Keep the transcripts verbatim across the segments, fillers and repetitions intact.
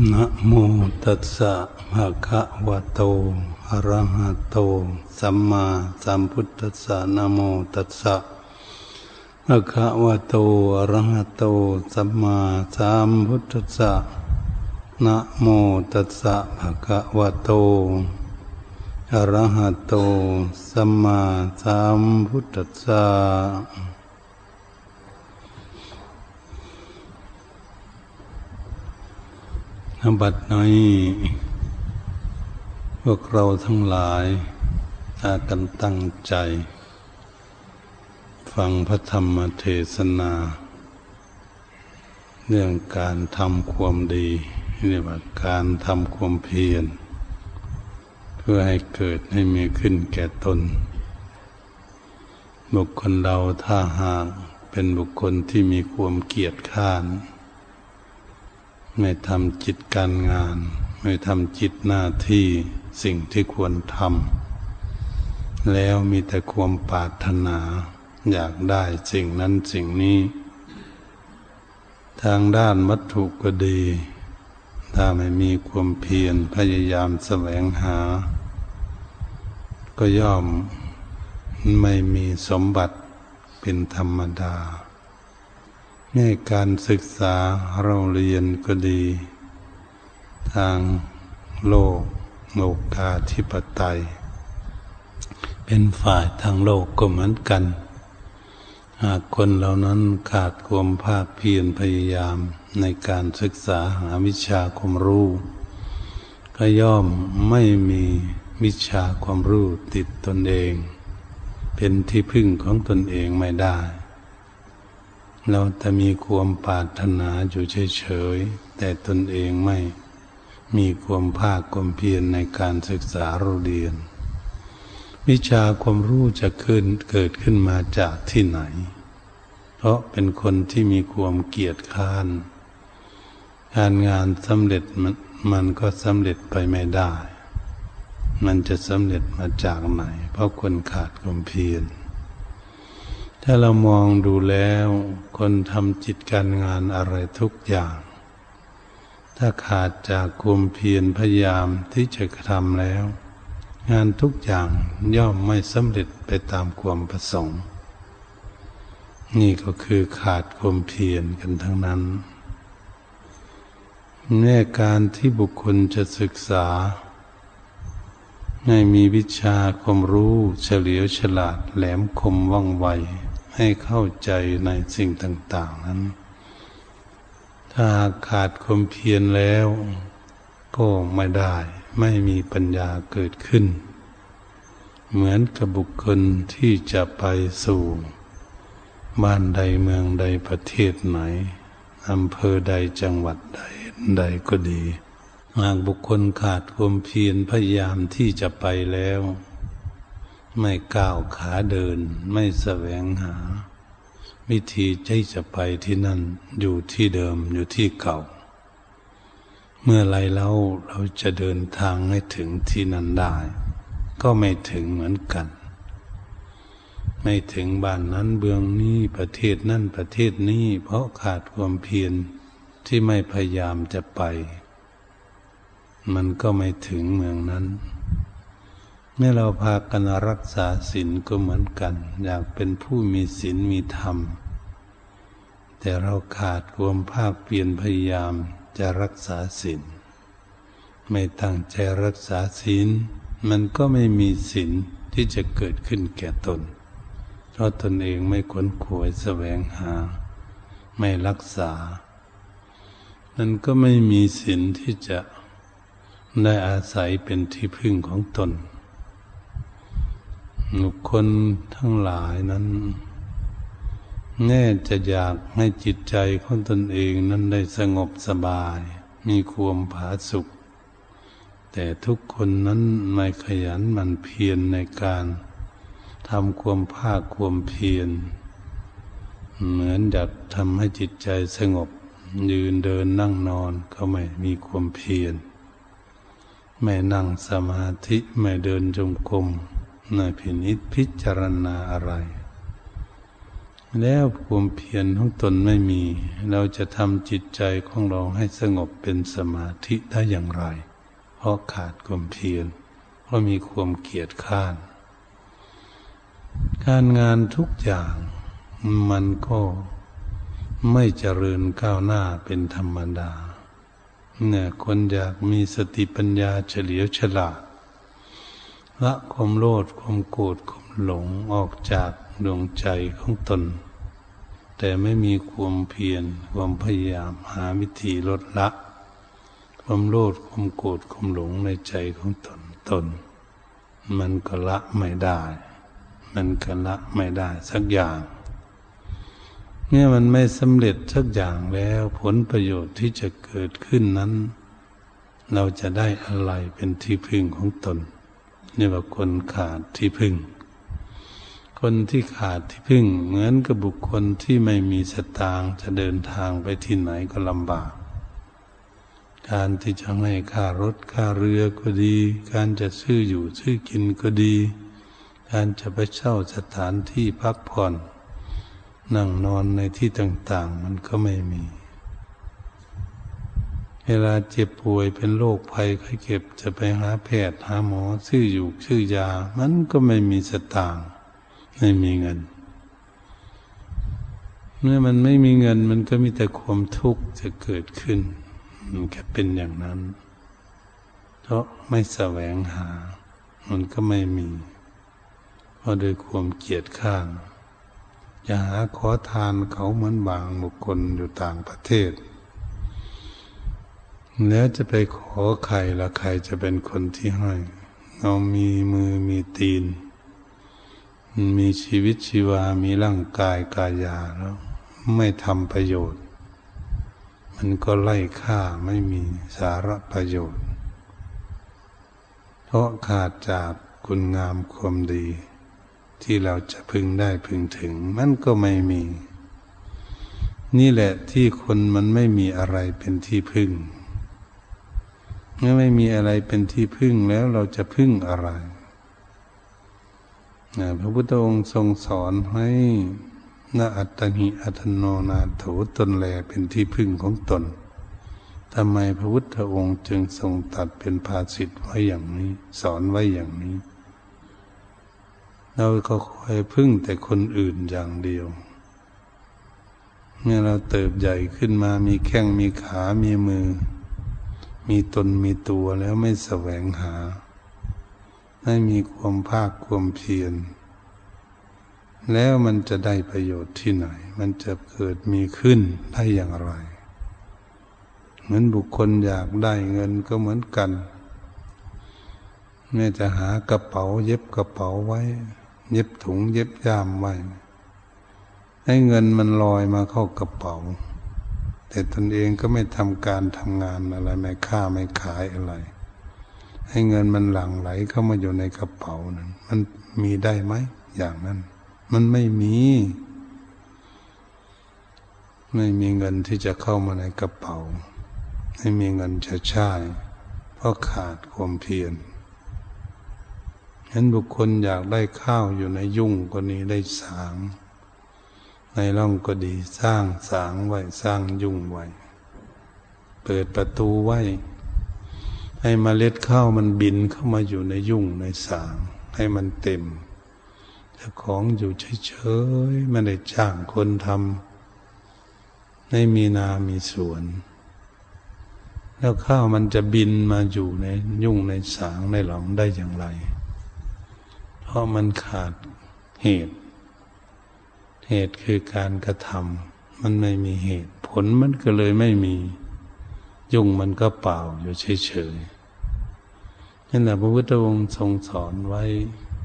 นะโมตัสสะภะคะวะโตอะระหะโตสัมมาสัมพุทธัสสะนะโมตัสสะภะคะวะโตอะระหะโตสัมมาสัมพุทธัสสะนะโมตัสสะภะคะวะโตอะระหะโตสัมมาสัมพุทธัสสะบัดนี้พวกเราทั้งหลายพากันตั้งใจฟังพระธรรมเทศนาเรื่องการทำความดีเรียกว่าการทำความเพียรเพื่อให้เกิดให้มีขึ้นแก่ตนบุคคลเราถ้าหากเป็นบุคคลที่มีความเกียจคร้านไม่ทำจิตการงานไม่ทำจิตหน้าที่สิ่งที่ควรทำแล้วมีแต่ความปรารถนาอยากได้สิ่งนั้นสิ่งนี้ทางด้านวัตถุก็ดีถ้าไม่มีความเพียรพยายามแสวงหาก็ย่อมไม่มีสมบัติเป็นธรรมดาในการศึกษาเราเรียนก็ดีทางโลกโลกาธิปไตยเป็นฝ่ายทางโลกก็เหมือนกันหากคนเหล่านั้นขาดความภาคเพียรพยายามในการศึกษาหาวิชาความรู้ก็ย่อมไม่มีวิชาความรู้ติดตนเองเป็นที่พึ่งของตนเองไม่ได้เราจะมีความปรารถนาอยู่เฉยๆแต่ตนเองไม่มีความภาคความเพียรในการศึกษาเราเรียนวิชาความรู้จะขึ้นเกิดขึ้นมาจากที่ไหนเพราะเป็นคนที่มีความเกียจคร้านการงานสำเร็จมันมันก็สำเร็จไปไม่ได้มันจะสำเร็จมาจากไหนเพราะคนขาดความเพียรถ้าเรามองดูแล้วคนทำจิตการงานอะไรทุกอย่างถ้าขาดจากความเพียรพยายามที่จะทำแล้วงานทุกอย่างย่อมไม่สำเร็จไปตามความประสงค์นี่ก็คือขาดความเพียรกันทั้งนั้นแม้การที่บุคคลจะศึกษาให้มีวิชาความรู้เฉลียวฉลาดแหลมคมว่องไวให้เข้าใจในสิ่งต่างๆนั้นถ้าขาดความเพียรแล้วก็ไม่ได้ไม่มีปัญญาเกิดขึ้นเหมือนกับบุคคลที่จะไปสู่บ้านใดเมืองใดประเทศไหนอำเภอใดจังหวัดใดใดก็ดีหากบุคคลขาดความเพียรพยายามที่จะไปแล้วไม่ก้าวขาเดินไม่แสวงหาวิธีที่จะไปที่นั่นอยู่ที่เดิมอยู่ที่เก่าเมื่อไรแล้วเราจะเดินทางให้ถึงที่นั่นได้ก็ไม่ถึงเหมือนกันไม่ถึงบ้านนั้นเมืองนี้ประเทศนั่นประเทศนี้เพราะขาดความเพียรที่ไม่พยายามจะไปมันก็ไม่ถึงเมืองนั้นเมื่อเราพากันรักษาศีลก็เหมือนกันอยากเป็นผู้มีศีลมีธรรมแต่เราขาดความภาคเพียรพยายามจะรักษาศีลไม่ตั้งใจรักษาศีลมันก็ไม่มีศีลที่จะเกิดขึ้นแก่ตนเพราะตนเองไม่ขวนขวายแสวงหาไม่รักษามันก็ไม่มีศีลที่จะได้อาศัยเป็นที่พึ่งของตนบุคคลทั้งหลายนั้นแน่จะอยากให้จิตใจของตนเองนั้นได้สงบสบายมีความผาสุกแต่ทุกคนนั้นไม่ขยันหมั่นเพียรในการทำความภาคความเพียรเหมือนอยากทำให้จิตใจสงบยืนเดินนั่งนอนก็ไม่มีความเพียรไม่นั่งสมาธิไม่เดินจงกรมไม่พินิจพิจารณาอะไรแล้วความเพียรของตนไม่มีเราจะทำจิตใจของเราให้สงบเป็นสมาธิได้อย่างไรเพราะขาดความเพียรเพราะมีความเกียจคร้านการงานทุกอย่างมันก็ไม่เจริญก้าวหน้าเป็นธรรมดาเนี่ยคนอยากมีสติปัญญาเฉลียวฉลาดละความโลภความโกรธความหลงออกจากดวงใจของตนแต่ไม่มีความเพียรความพยายามหาวิธีลดละความโลภความโกรธความหลงในใจของตนตนมันก็ละไม่ได้มันก็ละไม่ได้สักอย่างเนี่ยมันไม่สำเร็จสักอย่างแล้วผลประโยชน์ที่จะเกิดขึ้นนั้นเราจะได้อะไรเป็นที่พึ่งของตนนี่ว่าคนขาดที่พึ่งคนที่ขาดที่พึ่งเหมือนกับบุคคลที่ไม่มีสตางค์จะเดินทางไปที่ไหนก็ลำบากการที่จะให้ค่ารถค่าเรือก็ดีการจะซื้ออยู่ซื้อกินก็ดีการจะไปเช่าสถานที่พักผ่อนนั่งนอนในที่ต่างๆมันก็ไม่มีเวลาเจ็บป่วยเป็นโรคภัยไข้เจ็บจะไปหาแพทย์หาหมอซื้ออยู่ซื้อยามันก็ไม่มีสตางค์ไม่มีเงินเมื่อมันไม่มีเงินมันก็มีแต่ความทุกข์จะเกิดขึ้นมันแค่เป็นอย่างนั้นเพราะไม่แสวงหามันก็ไม่มีเพราะโดยความเกียจคร้านอย่าหาขอทานเขาเหมือนบางบุคคลอยู่ต่างประเทศแล้วจะไปขอใครละใครจะเป็นคนที่ให้เรามีมือมีตีนมีชีวิตชีวามีร่างกายกายาแล้วไม่ทำประโยชน์มันก็ไล่ฆ่าไม่มีสาระประโยชน์เพราะขาดจากคุณงามความดีที่เราจะพึงได้พึงถึงมันก็ไม่มีนี่แหละที่คนมันไม่มีอะไรเป็นที่พึ่งเมื่อไม่มีอะไรเป็นที่พึ่งแล้วเราจะพึ่งอะไรพระพุทธองค์ทรงสอนให้นาอัตตหิอัตโนนาโถตนแลเป็นที่พึ่งของตนทำไมพระพุทธองค์จึงทรงตรัสเป็นภาษิตไว้อย่างนี้สอนไว้อย่างนี้เราก็คอยพึ่งแต่คนอื่นอย่างเดียวเมื่อเราเติบใหญ่ขึ้นมามีแข้งมีขามีมือมีตนมีตัวแล้วไม่แสวงหาไม่มีความภาคความเพียรแล้วมันจะได้ประโยชน์ที่ไหนมันจะเกิดมีขึ้นได้อย่างไรเหมือนบุคคลอยากได้เงินก็เหมือนกันแม้จะหากระเป๋าเย็บกระเป๋าไว้เย็บถุงเย็บย่ามไว้ให้เงินมันลอยมาเข้ากระเป๋าแต่ตนเองก็ไม่ทำการทำงานอะไรไม่ค้าไม่ขายอะไรให้เงินมันหลั่งไหลเข้ามาอยู่ในกระเป๋านั้นมันมีได้ไหมอย่างนั้นมันไม่มีไม่มีเงินที่จะเข้ามาในกระเป๋าไม่มีเงินจะใช้เพราะขาดความเพียรเห็นบุคคลอยากได้ข้าวอยู่ในยุ่งก็นี้ได้สางในร่องก็ดีสร้างสางไว้สร้างยุ่งไว้เปิดประตูไว้ให้เมล็ดข้าวมันบินเข้ามาอยู่ในยุ่งในสางให้มันเต็มเจ้าของอยู่เฉยๆไม่ได้จ้างคนทำไม่มีนามีสวนแล้วข้าวมันจะบินมาอยู่ในยุ่งในสางในหลองได้อย่างไรเพราะมันขาดเหตุเหตุคือการกระทำมันไม่มีเหตุผลมันก็เลยไม่มียุ่งมันก็เปล่าอยู่เฉยๆนั่นแหละพระพุทธองค์ทรงสอนไว้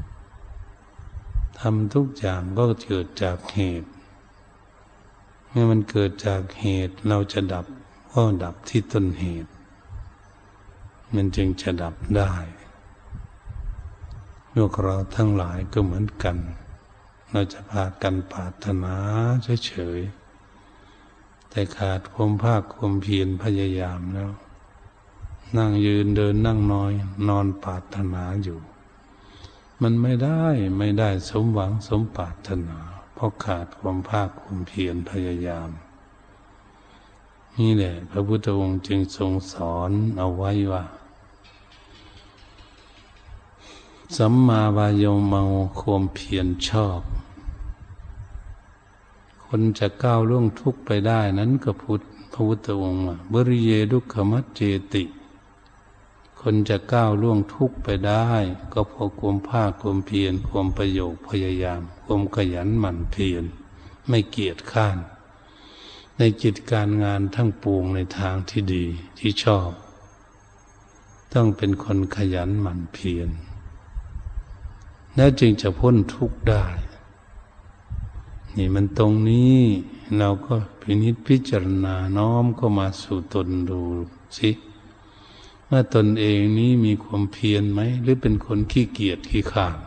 ทำทุกอย่างก็เกิดจากเหตุเมื่อมันเกิดจากเหตุเราจะดับก็ดับที่ต้นเหตุมันจึงจะดับได้พวกเราทั้งหลายก็เหมือนกันเราจะพากันปรารถนาเฉยๆแต่ขาดความภาคความเพียรพยายามแล้วนั่งยืนเดินนั่งนอนนอนปรารถนาอยู่มันไม่ได้ไม่ได้สมหวังสมปรารถนาเพราะขาดความภาคความเพียรพยายามนี่แหละพระพุทธองค์จึงทรงสอนเอาไว้ว่าสัมมาวายโมความเพียรชอบคนจะก้าวล่วงทุกข์ไปได้นั้นก็พุทธพระพุทธองค์ว่าบริเยดุขมัจเจติคนจะก้าวล่วงทุกข์ไปได้ก็เพราะความภาคความเพียรความประโยชน์พยายามความขยันหมั่นเพียรไม่เกียจคร้านในกิจการงานทั้งปวงในทางที่ดีที่ชอบต้องเป็นคนขยันหมั่นเพียรแล้วจึงจะพ้นทุกข์ได้นี่มันตรงนี้เราก็พินิจพิจารณาน้อมก็มาสู่ตนดูสิว่าตนเองนี้มีความเพียรไหมหรือเป็นคนขี้เกียจขี้ขลาด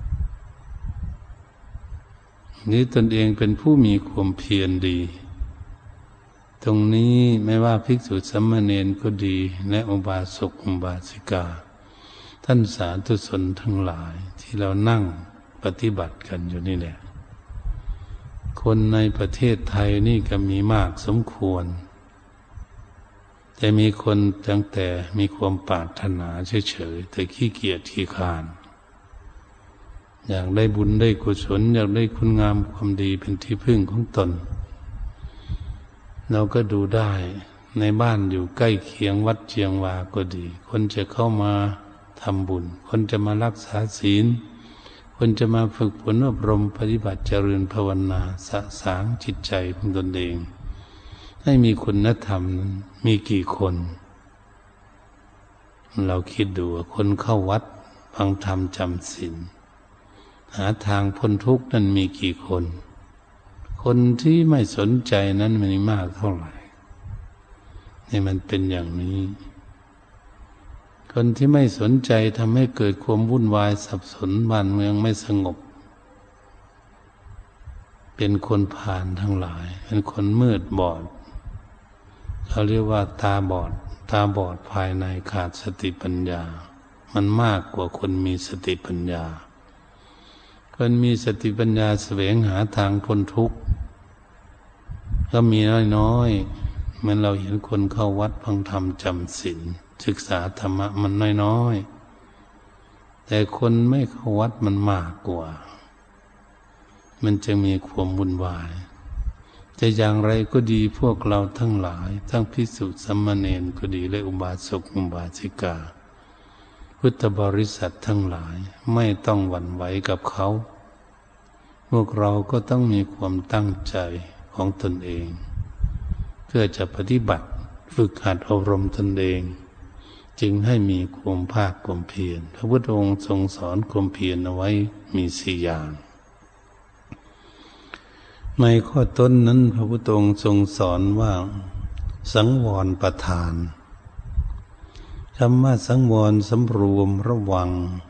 หรือตนเองเป็นผู้มีความเพียรดีตรงนี้ไม่ว่าภิกษุสามเณรก็ดีและอุบาสกอุบาสิกาท่านสาธุชนทั้งหลายที่เรานั่งปฏิบัติกันอยู่นี่แหละคนในประเทศไทยนี่ก็มีมากสมควรแต่มีคนตั้งแต่มีความปรารถนาเฉยๆแต่ขี้เกียจขี้คร้านอยากได้บุญได้กุศลอยากได้คุณงามความดีเป็นที่พึ่งของตนเราก็ดูได้ในบ้านอยู่ใกล้เคียงวัดเชียงวาก็ดีคนจะเข้ามาทำบุญคนจะมารักษาศีลคนจะมาฝึกฝนอบรมปฏิบัติเจริญภาวนาสะสางจิตใจของตนเองให้มีคุณธรรมมีกี่คนเราคิดดูว่าคนเข้าวัดฟังธรรมจำศีลหาทางพ้นทุกข์นั้นมีกี่คนคนที่ไม่สนใจนั้นมันมีมากเท่าไหร่นี่มันเป็นอย่างนี้คนที่ไม่สนใจทำให้เกิดความวุ่นวายสับสนบ้านเมืองไม่สงบเป็นคนผ่านทั้งหลายเป็นคนมืดบอดเขาเรียกว่าตาบอดตาบอดภายในขาดสติปัญญามันมากกว่าคนมีสติปัญญาคนมีสติปัญญาแสวงหาทางพ้นทุกข์ก็มีน้อยๆเหมือนเราเห็นคนเข้าวัดฟังธรรมจำศีลศึกษาธรรมะมันน้อยๆแต่คนไม่เข้าวัดมันมากกว่ามันจะมีความวุ่นวายแต่อย่างไรก็ดีพวกเราทั้งหลายทั้งภิกษุสามเณรก็ดีและอุบาสกอุบาสิกาพุทธบริษัททั้งหลายไม่ต้องหวั่นไหวกับเขาพวกเราก็ต้องมีความตั้งใจของตนเองเพื่อจะปฏิบัติฝึกหัดอบรมตนเองจึงให้มีความภาคความเพียรพระพุทธองค์ทรงสอนความเพียรเอาไว้มีสี่อย่างในข้อต้นนั้นพระพุทธองค์ทรงสอนว่าสังวรประทานคำว่าสังวรสำรวมระวัง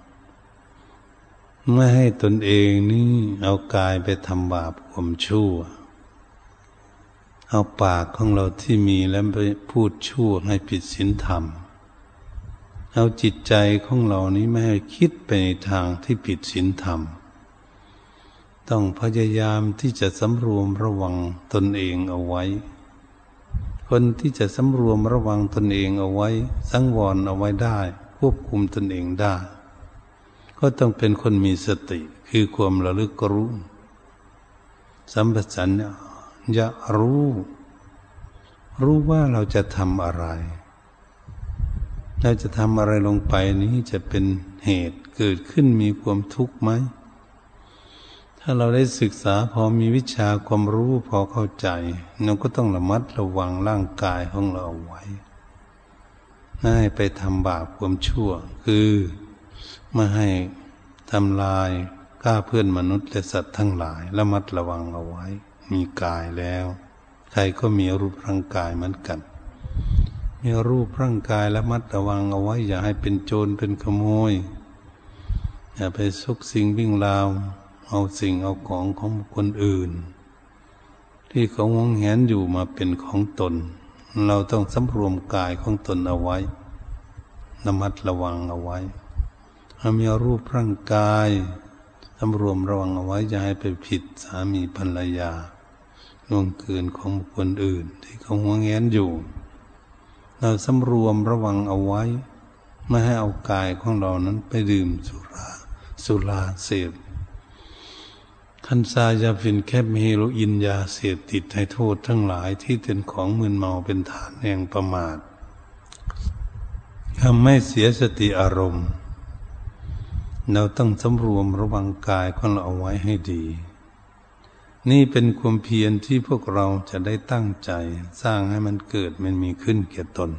ไม่ให้ตนเองนี่เอากายไปทำบาปความชั่วเอาปากของเราที่มีแล้วไปพูดชั่วให้ผิดศีลธรรมเอาจิตใจของเรานี้ไม่ให้คิดไปในทางที่ผิดศีลธรรมต้องพยายามที่จะสำรวมระวังตนเองเอาไว้คนที่จะสำรวมระวังตนเองเอาไว้สังวรเอาไว้ได้ควบคุมตนเองได้ก็ต้องเป็นคนมีสติคือความระลึกรู้สัมปชัญญะรู้รู้ว่าเราจะทำอะไรเราจะทำอะไรลงไปนี้จะเป็นเหตุเกิดขึ้นมีความทุกข์ไหมถ้าเราได้ศึกษาพอมีวิชาความรู้พอเข้าใจเราก็ต้องระมัดระวังร่างกายของเราไว้ไม่ให้ไปทำบาปความชั่วคือไม่ให้ทำลายฆ่าเพื่อนมนุษย์และสัตว์ทั้งหลายระมัดระวังเอาไว้มีกายแล้วใครก็มีรูปร่างกายเหมือนกันมีรูปร่างกายระมัดระวังเอาไว้อย่าให้เป็นโจรเป็นขโมยอย่าไปซุกสิ่งวิ่งราวเอาสิ่งเอาของของคนอื่นที่เขาหวงแหนอยู่มาเป็นของตนเราต้องสำรวมกายของตนเอาไว้ระมัดระวังเอาไว้ถ้ามีรูปร่างกายทำรวมระวังเอาไว้อย่าให้ไปผิดสามีภรรยาล่วงเกินของบุคคลอื่นที่เขาหัวแงนอยู่เราสำรวมระวังเอาไว้ไม่ให้เอากายของเรานั้นไปดื่มสุราสุราเสพคันซายาฟินแคปเฮโรอีนยาเสพติดให้โทษทั้งหลายที่เป็นของมึนเมาเป็นฐานแห่งประมาททำให้เสียสติอารมณ์เราต้องสำรวมระวังกายของเราเอาไว้ให้ดีนี่เป็นความเพียรที่พวกเราจะได้ตั้งใจสร้างให้มันเกิดมันมีขึ้นแก่ตน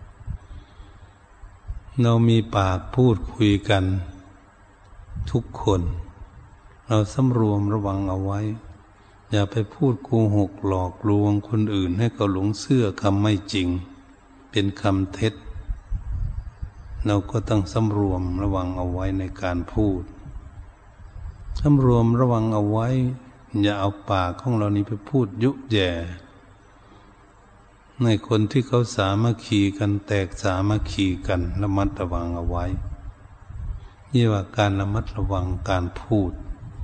เรามีปากพูดคุยกันทุกคนเราสำรวมระวังเอาไว้อย่าไปพูดโกหกหลอกลวงคนอื่นให้เขาหลงเชื่อคำไม่จริงเป็นคำเท็จเราก็ต้องสำรวมระวังเอาไว้ในการพูดสำรวมระวังเอาไว้อย่าเอาปากของเรานี้ไปพูดยุแย่ในคนที่เขาสามัคคีกันแตกสามัคคีกันระมัดระวังเอาไว้นี่ว่าการระมัดระวังการพูด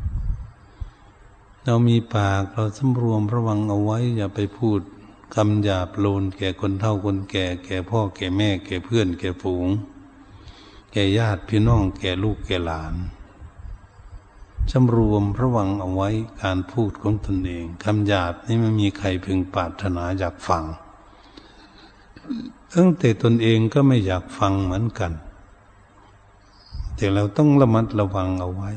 เรามีปากเราสำรวมระวังเอาไว้อย่าไปพูดคำหยาบโลนแก่คนเฒ่าคนแก่แก่พ่อแก่แม่แก่เพื่อนแก่ฝูงแก่ญาติพี่น้องแก่ลูกแก่หลานสำรวมระวังเอาไว้การพูดของตนเองคำหยาบนี่ไม่มีใครพึงปรารถนาอยากฟังตั้งแต่ตนเองก็ไม่อยากฟังเหมือนกันแต่เราต้องระมัดระวังเอาไว้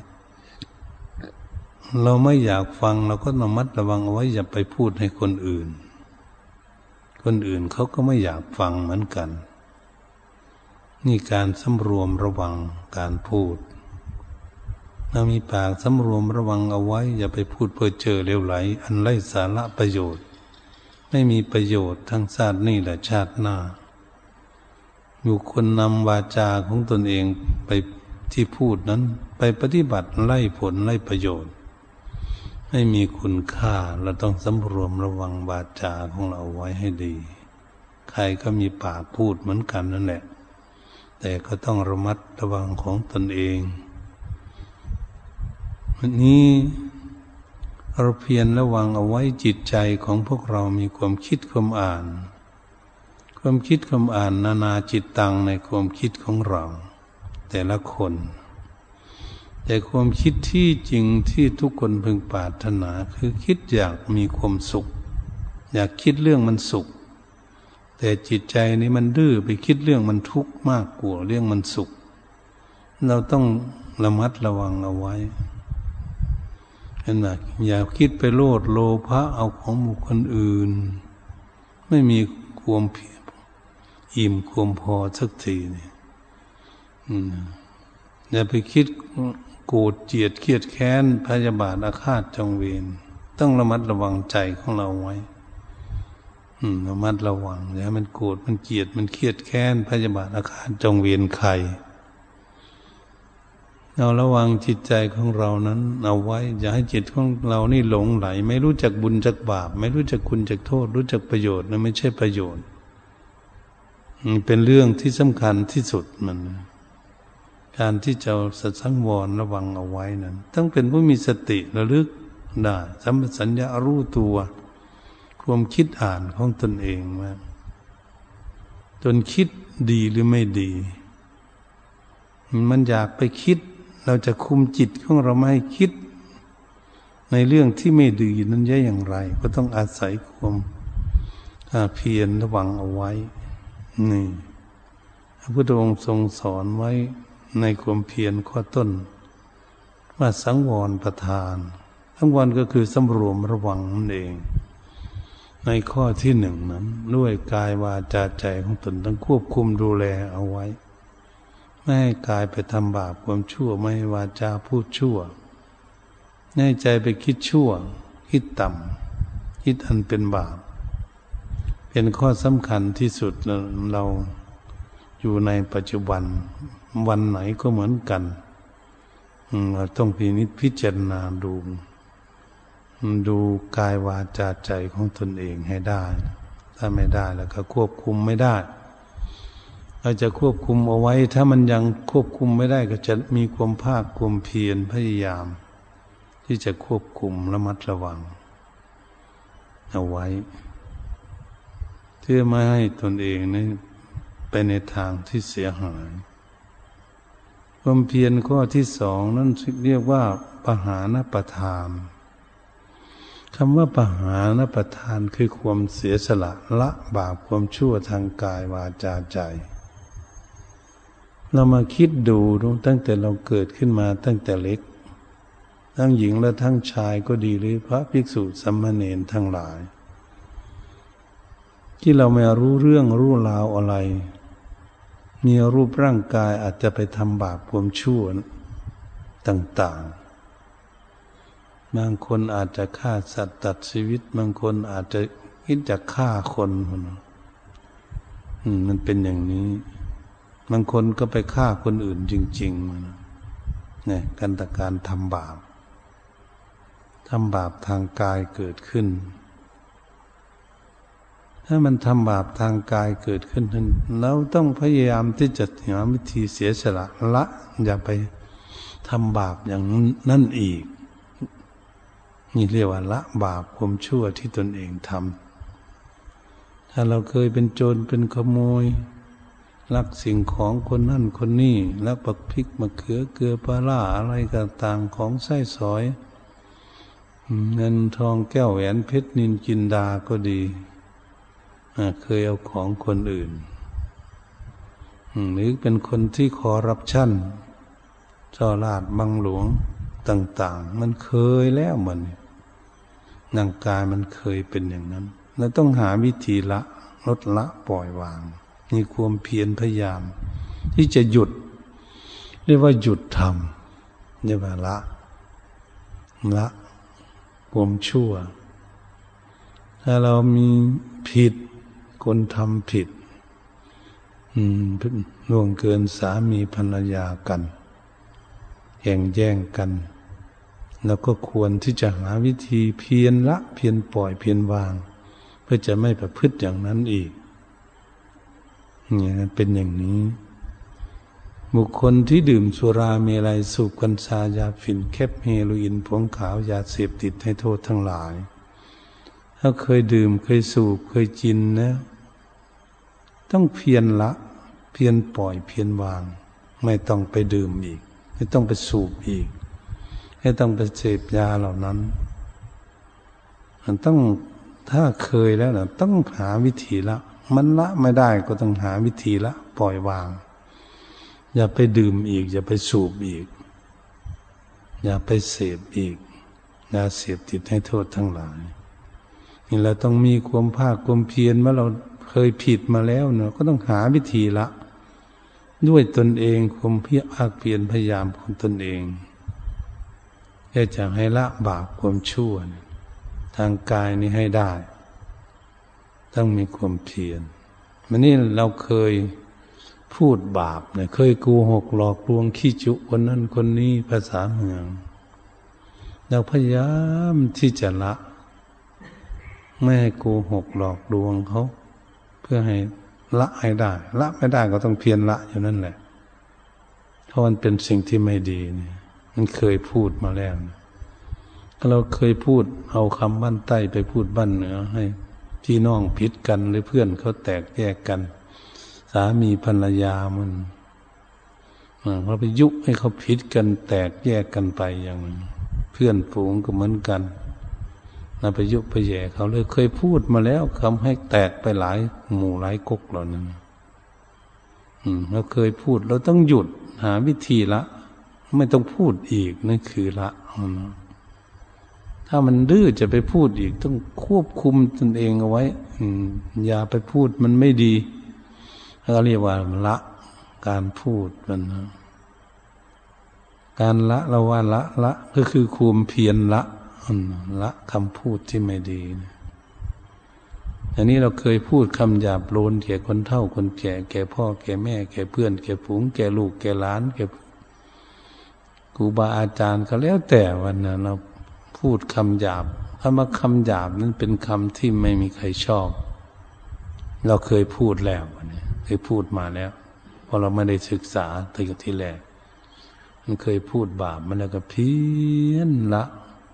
เราไม่อยากฟังเราก็ระมัดระวังเอาไว้อย่าไปพูดให้คนอื่นคนอื่นเขาก็ไม่อยากฟังเหมือนกันนี่การสำรวมระวังการพูดเรามีปากสำรวมระวังเอาไว้อย่าไปพูดเพ้อเจ้อเลวไหลอันไร้สาระประโยชน์ไม่มีประโยชน์ทั้งชาตินี้และชาติหน้าอยู่คนนำวาจาของตนเองไปที่พูดนั้นไปปฏิบัติไล่ผลไล่ประโยชน์ไม่มีคุณค่าเราต้องสำรวมระวังวาจาของเราไว้ให้ดีใครก็มีปากพูดเหมือนกันนั่นแหละแต่ก็ต้องระมัดระวังของตนเองวันนี้เราเพียรระวังเอาไว้จิตใจของพวกเรามีความคิดความอ่านความคิดความอ่านนานาจิตตังในความคิดของเราแต่ละคนแต่ความคิดที่จริงที่ทุกคนพึงปรารถนาคือคิดอยากมีความสุขอยากคิดเรื่องมันสุขแต่จิตใจนี้มันดื้อไปคิดเรื่องมันทุกข์มากกว่าเรื่องมันสุขเราต้องระมัดระวังเอาไว้เห็นไหมอย่าคิดไปโลดโลภะเอาของบุคคลอื่นไม่มีความอิ่มความพอสักทีเนี่ยอย่าไปคิดโกรธเจียดเครียดแค้นพยาบาทอาฆาตจองเวรต้องระมัดระวังใจของเราไว้ระมัดระวังอย่ามันโกรธมันเกลียดมันเครียดแค้นพยาบาทอาฆาตจองเวรใครเราระวังจิตใจของเรานั้นเอาไว้อย่าให้จิตของเรานี่หลงไหลไม่รู้จักบุญจักบาปไม่รู้จักคุณจักโทษรู้จักประโยชน์นะไม่ใช่ประโยชน์เป็นเรื่องที่สำคัญที่สุดมันการที่จะสังวรระวังเอาไว้นั้นต้องเป็นผู้มีสติระลึกได้สัมปชัญญะรู้ตัวความคิดอ่านของตนเองว่าจนคิดดีหรือไม่ดีมันอยากไปคิดเราจะคุมจิตของเราไม่ให้คิดในเรื่องที่ไม่ดีนั้นได้อย่างไรก็ต้องอาศัยความเพียรระวังเอาไว้นี่พระพุทธองค์ทรงสอนไว้ในความเพียรข้อต้นว่าสังวรประทานสังวรก็คือสำรวมระวังนั่นเองในข้อที่หนึ่งนั้นด้วยกายวาจาใจของตนต้องควบคุมดูแลเอาไว้ไม่ให้กายไปทำบาปความชั่วไม่ให้วาจาพูดชั่วไม่ให้ใจไปคิดชั่วคิดต่ำคิดอันเป็นบาปเป็นข้อสำคัญที่สุดเราอยู่ในปัจจุบันวันไหนก็เหมือนกันเราต้องพินิจพิจารณาดูดูกายวาจาใจของตนเองให้ได้ถ้าไม่ได้แล้วก็ควบคุมไม่ได้เราจะควบคุมเอาไว้ถ้ามันยังควบคุมไม่ได้ก็จะมีความภาคความเพียรพยายามที่จะควบคุมระมัดระวังเอาไว้เพื่อไม่ให้ตนเองนั้นไปในทางที่เสียหายความเพียรข้อที่สองนั้นเรียกว่าปหานประทานคำว่าปหานประทานคือความเสียสละละบาปความชั่วทางกายวาจาใจเรามาคิดดูตั้งแต่เราเกิดขึ้นมาตั้งแต่เล็กทั้งหญิงและทั้งชายก็ดีหรือพระภิกษุสามเณรทั้งหลายที่เราไม่รู้เรื่องรู้ราวอะไรมีรูปร่างกายอาจจะไปทำบาปความชั่วต่างๆบางคนอาจจะฆ่าสัตว์ตัดชีวิตบางคนอาจจะคิดจะฆ่าคนมันเป็นอย่างนี้บางคนก็ไปฆ่าคนอื่นจริงๆเนี่ยกันตการทำบาปทำบาปทางกายเกิดขึ้นถ้ามันทำบาปทางกายเกิดขึ้นเราต้องพยายามที่จะหาวิธีเสียสละละอย่าไปทำบาปอย่างนั้นอีกนี่เรียกว่าละบาปความชั่วที่ตนเองทำถ้าเราเคยเป็นโจรเป็นขโมยลักสิ่งของคนนั่นคนนี้แล้วปักพริกมะเขือเกลือปลาร้าอะไรต่างๆของไส้สอยเงินทองแก้วแหวนเพชรนินจินดาก็ดีเคยเอาของคนอื่นหรือเป็นคนที่คอร์รัปชันช่อราชบังหลวงต่างๆมันเคยแล้วมันร่างกายมันเคยเป็นอย่างนั้นเราต้องหาวิธีละลดละปล่อยวางมีความเพียรพยายามที่จะหยุดเรียกว่าหยุดทำเรียกว่าละละความชั่วถ้าเรามีผิดคนทำผิดล่วงเกินสามีภรรยากันแข่งแย่งกันแล้วก็ควรที่จะหาวิธีเพียรละเพียรปล่อยเพียรวางเพื่อจะไม่ประพฤติอย่างนั้นอีกเนี่ยเป็นอย่างนี้บุคคลที่ดื่มสุราเมลัยสูบกัญชายาฝิ่นแคปเฮโรอีนผงขาวยาเสพติดให้โทษทั้งหลายถ้าเคยดื่มเคยสูบเคยกินนะต้องเพียรละเพียรปล่อยเพียรวางไม่ต้องไปดื่มอีกไม่ต้องไปสูบอีกไม่ต้องไปเสพยาเหล่านั้นมันต้องถ้าเคยแล้วนะต้องหาวิธีละมันละไม่ได้ก็ต้องหาวิธีละปล่อยวางอย่าไปดื่มอีกอย่าไปสูบอีกอย่าไปเสพอีกยาเสพติดให้โทษทั้งหลายนี่เราต้องมีความภาคความเพียรเมื่อเราเคยผิดมาแล้วเนาะก็ต้องหาวิธีละด้วยตนเองความเพียรภาคเพียรพยายามของตนเองแค่จะให้ละบาปความชั่วทางกายนี้ให้ได้ต้องมีความเพียรมันนี่เราเคยพูดบาปเนี่ยเคยโกหกหลอกลวงขี้จุคนนั้นคนนี้ภาษาเมืองเราพยายามที่จะละไม่ให้โกหกหลอกลวงเขาเพื่อให้ละให้ได้ละไม่ได้ก็ต้องเพียรละอยู่นั่นแหละเพราะมันเป็นสิ่งที่ไม่ดีเนี่ยมันเคยพูดมาแล้วเราเคยพูดเอาคำบ้านใต้ไปพูดบ้านเหนือให้พี่น้องผิดกันหรือเพื่อนเขาแตกแยกกันสามีภรรยามันเราไปยุให้เขาผิดกันแตกแยกกันไปอย่างเพื่อนฝูงก็เหมือนกันเราไปยุไปแย่เขาเลยเคยพูดมาแล้วทำให้แตกไปหลายหมู่หลายก๊กเหล่านั้นเราเคยพูดเราต้องหยุดหาวิธีละไม่ต้องพูดอีกนั่นคือละถ้ามันดื้อจะไปพูดอีกต้องควบคุมตนเองเอาไว้อย่าไปพูดมันไม่ดีเขาเรียกว่าละการพูดมันการละเราว่าละละก็คือความเพียรละละคำพูดที่ไม่ดีอันนี้เราเคยพูดคำหยาบโลนแก่คนเฒ่าคนแก่แก่พ่อแก่แม่แก่เพื่อนแก่ฝูงแก่ลูกแก่หลานแก่ครูบาอาจารย์ก็แล้วแต่วันนั้นเราพูดคำหยาบคำว่าคำหยาบนั้นเป็นคำที่ไม่มีใครชอบเราเคยพูดแล้วเนี่ยเคยพูดมาแล้วเพราะเราไม่ได้ศึกษาตั้งแต่ที่แรกมันเคยพูดบาปมันแล้วก็เพี้ยนละ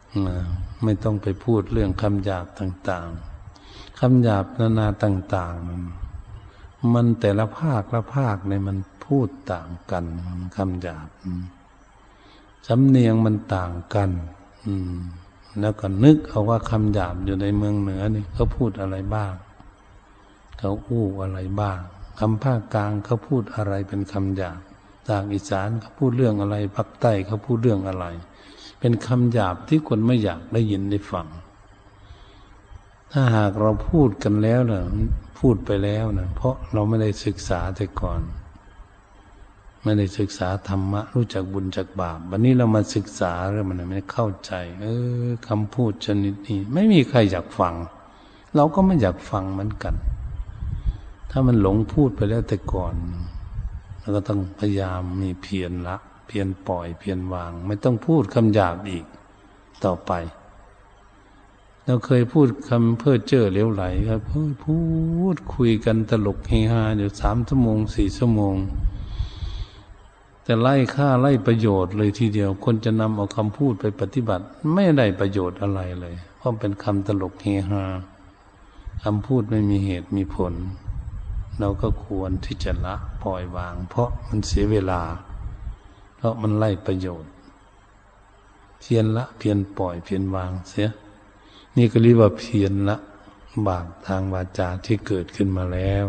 ไม่ต้องไปพูดเรื่องคำหยาบต่างๆคำหยาบนานาต่างๆมันแต่ละภาคละภาคเนี่ยมันพูดต่างกันคำหยาบสำเนียงมันต่างกันอืมแล้วก็นึกเอาว่าคำหยาบอยู่ในเมืองเหนือนี่เขาพูดอะไรบ้างเขาอู้อะไรบ้างคำภาคกลางเขาพูดอะไรเป็นคำหยาบทางอีสานเขาพูดเรื่องอะไรภาคใต้เขาพูดเรื่องอะไรเป็นคำหยาบที่คนไม่อยากได้ยินได้ฟังถ้าหากเราพูดกันแล้วนะพูดไปแล้วนะเพราะเราไม่ได้ศึกษาแต่ก่อนไม่ได้ศึกษาธรรมะรู้จักบุญจักบาปวันนี้เรามาศึกษาแล้วมันไม่เข้าใจเออคำพูดชนิดนี้ไม่มีใครอยากฟังเราก็ไม่อยากฟังเหมือนกันถ้ามันหลงพูดไปแล้วแต่ก่อนเราก็ต้องพยายามมีเพียรละเพียรปล่อยเพียรวางไม่ต้องพูดคำหยาบอีกต่อไปเราเคยพูดคำเพ้อเจ้อเหลวไหลครับพูดคุยกันตลกเฮฮาอยู่สามชั่วโมงสี่ชั่วโมงแต่ไล่ค่าไล่ประโยชน์เลยทีเดียวคนจะนำเอาคำพูดไปปฏิบัติไม่ได้ประโยชน์อะไรเลยเพราะเป็นคำตลกเฮฮาคำพูดไม่มีเหตุมีผลเราก็ควรที่จะละปล่อยวางเพราะมันเสียเวลาเพราะมันไล่ประโยชน์เพียรละเพียรปล่อยเพียรวางเสียนี่ก็เรียกว่าเพียรละบาปทางวาจาที่เกิดขึ้นมาแล้ว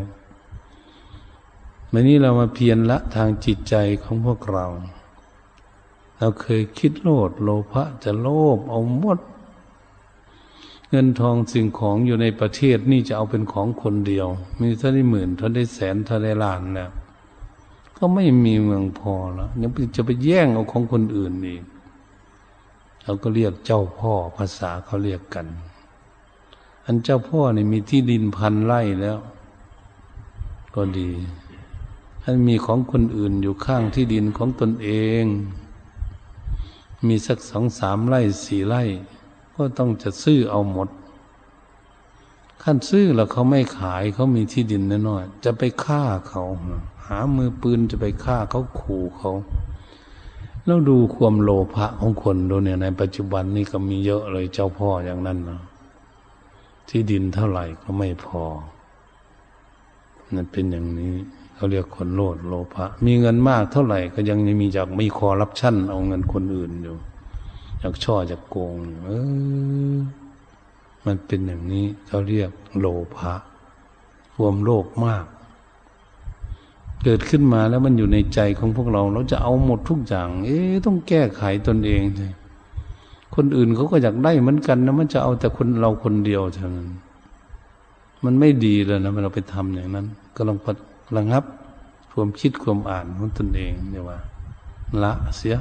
วันนี้เรามาเพียรละทางจิตใจของพวกเราเราเคยคิดโลภโลภะจะโลภเอาหมดเงินทองสิ่งของอยู่ในประเทศนี่จะเอาเป็นของคนเดียวมีเท่าได้หมื่นเท่าได้แสนเท่าได้ล้านแล้วก็ไม่มีเมืองพอแล้วยังจะไปแย่งเอาของคนอื่นอีกเขาก็เรียกเจ้าพ่อภาษาเขาเรียกกันอันเจ้าพ่อนี่มีที่ดินพันไร่แล้วก็ดีถ้ามีของคนอื่นอยู่ข้างที่ดินของตนเองมีสักสองสามไร่สี่ไร่ก็ต้องจะซื้อเอาหมดขั้นซื้อแล้วเขาไม่ขายเขามีที่ดินน้อยๆจะไปฆ่าเขาหามือปืนจะไปฆ่าเขาขู่เขาแล้วดูความโลภะของคนดูเนี่ยในปัจจุบันนี่ก็มีเยอะเลยเจ้าพ่ออย่างนั้นนะที่ดินเท่าไหร่ก็ไม่พอนั่นเป็นอย่างนี้เขาเรียกคนโลภโลภะมีเงินมากเท่าไหร่ก็ยังมีจากมีคอร์รัปชันเอาเงินคนอื่นอยู่อยากช่ออยากโกงเออมันเป็นอย่างนี้เขาเรียกโลภะความโลภมากเกิดขึ้นมาแล้วมันอยู่ในใจของพวกเราเราจะเอาหมดทุกอย่างเอ๊ะต้องแก้ไขตนเองใช่คนอื่นเขาก็อยากได้เหมือนกันนะมันจะเอาแต่คนเราคนเดียวเท่านั้นมันไม่ดีเลยนะเราไปทำอย่างนั้นก็ลองระงับความคิดความอ่านของตนเองเนี่ยว่าละเสีย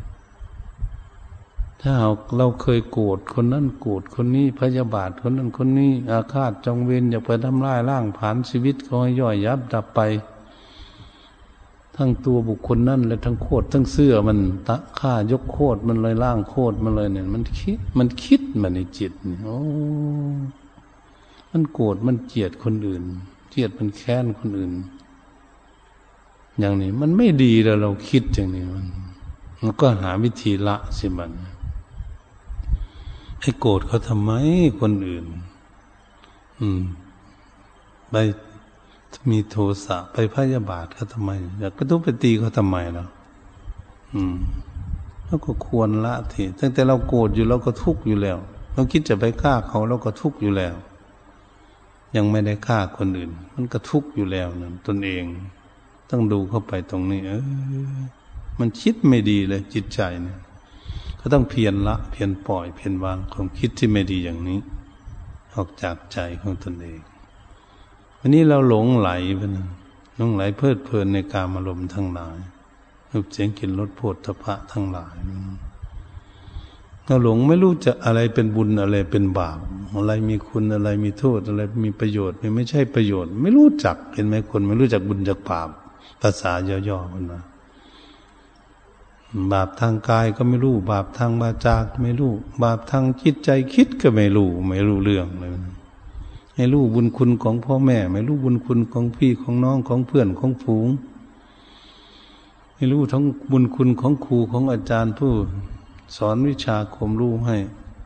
ถ้าเราเคยโกรธคนนั้นโกรธคนนี้พยาบาทคนนั้นคนนี้อาฆาตจองเวรอยากไปทำลายร่างผลาญชีวิตเขาให้ย่อยยับดับไปทั้งตัวบุคคลนั่นและทั้งโคตรทั้งเสื้อมันตะฆ่ายกโคตรมันเลยล่างโคตรมันเลยเนี่ยมันคิดมันคิดมันในจิตนี่โอ้มันโกรธมันเกลียดคนอื่นเกลียดมันแค้นคนอื่นอย่างนี้มันไม่ดีแล้วเราคิดอย่างนี้มันมันก็หาวิธีละสิมันให้โกรธเขาทำไมคนอื่นอืมไปมีโทสะไปพยาบาทเขาทำไมอยากก็ต้องไปตีเขาทำไมล่ะอืมแล้วก็ควรละทีตั้งแต่เราโกรธอยู่เราก็ทุกข์อยู่แล้วเราคิดจะไปฆ่าเขาเราก็ทุกข์อยู่แล้วยังไม่ได้ฆ่าคนอื่นมันก็ทุกข์อยู่แล้วนั่นตนเองต้องดูเข้าไปตรงนี้เออมันคิดไม่ดีเลยจิตใจเนี่ยก็ต้องเพียรละเพียรปล่อยเพียรวางความคิดที่ไม่ดีอย่างนี้ออกจากใจของตนเองวันนี้เราหลงไหลไปนะหลงไหลเพลิดเพลินในกามารมณ์ทั้งหลายรูปเสียงกลิ่นรสโผฏฐัพพะทั้งหลายเราหลงไม่รู้จะอะไรเป็นบุญอะไรเป็นบาปอะไรมีคุณอะไรมีโทษอะไรมีประโยชน์ไม่ใช่ประโยชน์ไม่รู้จักเห็นไหมคนไม่รู้จักบุญจักบาปภาษาย่อๆมันนะบาปทางกายก็ไม่รู้บาปทางวาจาก็ไม่รู้บาปทางจิตใจคิดก็ไม่รู้ไม่รู้เรื่องเลยให้รู้บุญคุณของพ่อแม่ไม่รู้บุญคุณของพี่ของน้องของเพื่อนของฝูงให้รู้ทั้งบุญคุณของครูของอาจารย์ผู้สอนวิชาความรู้ให้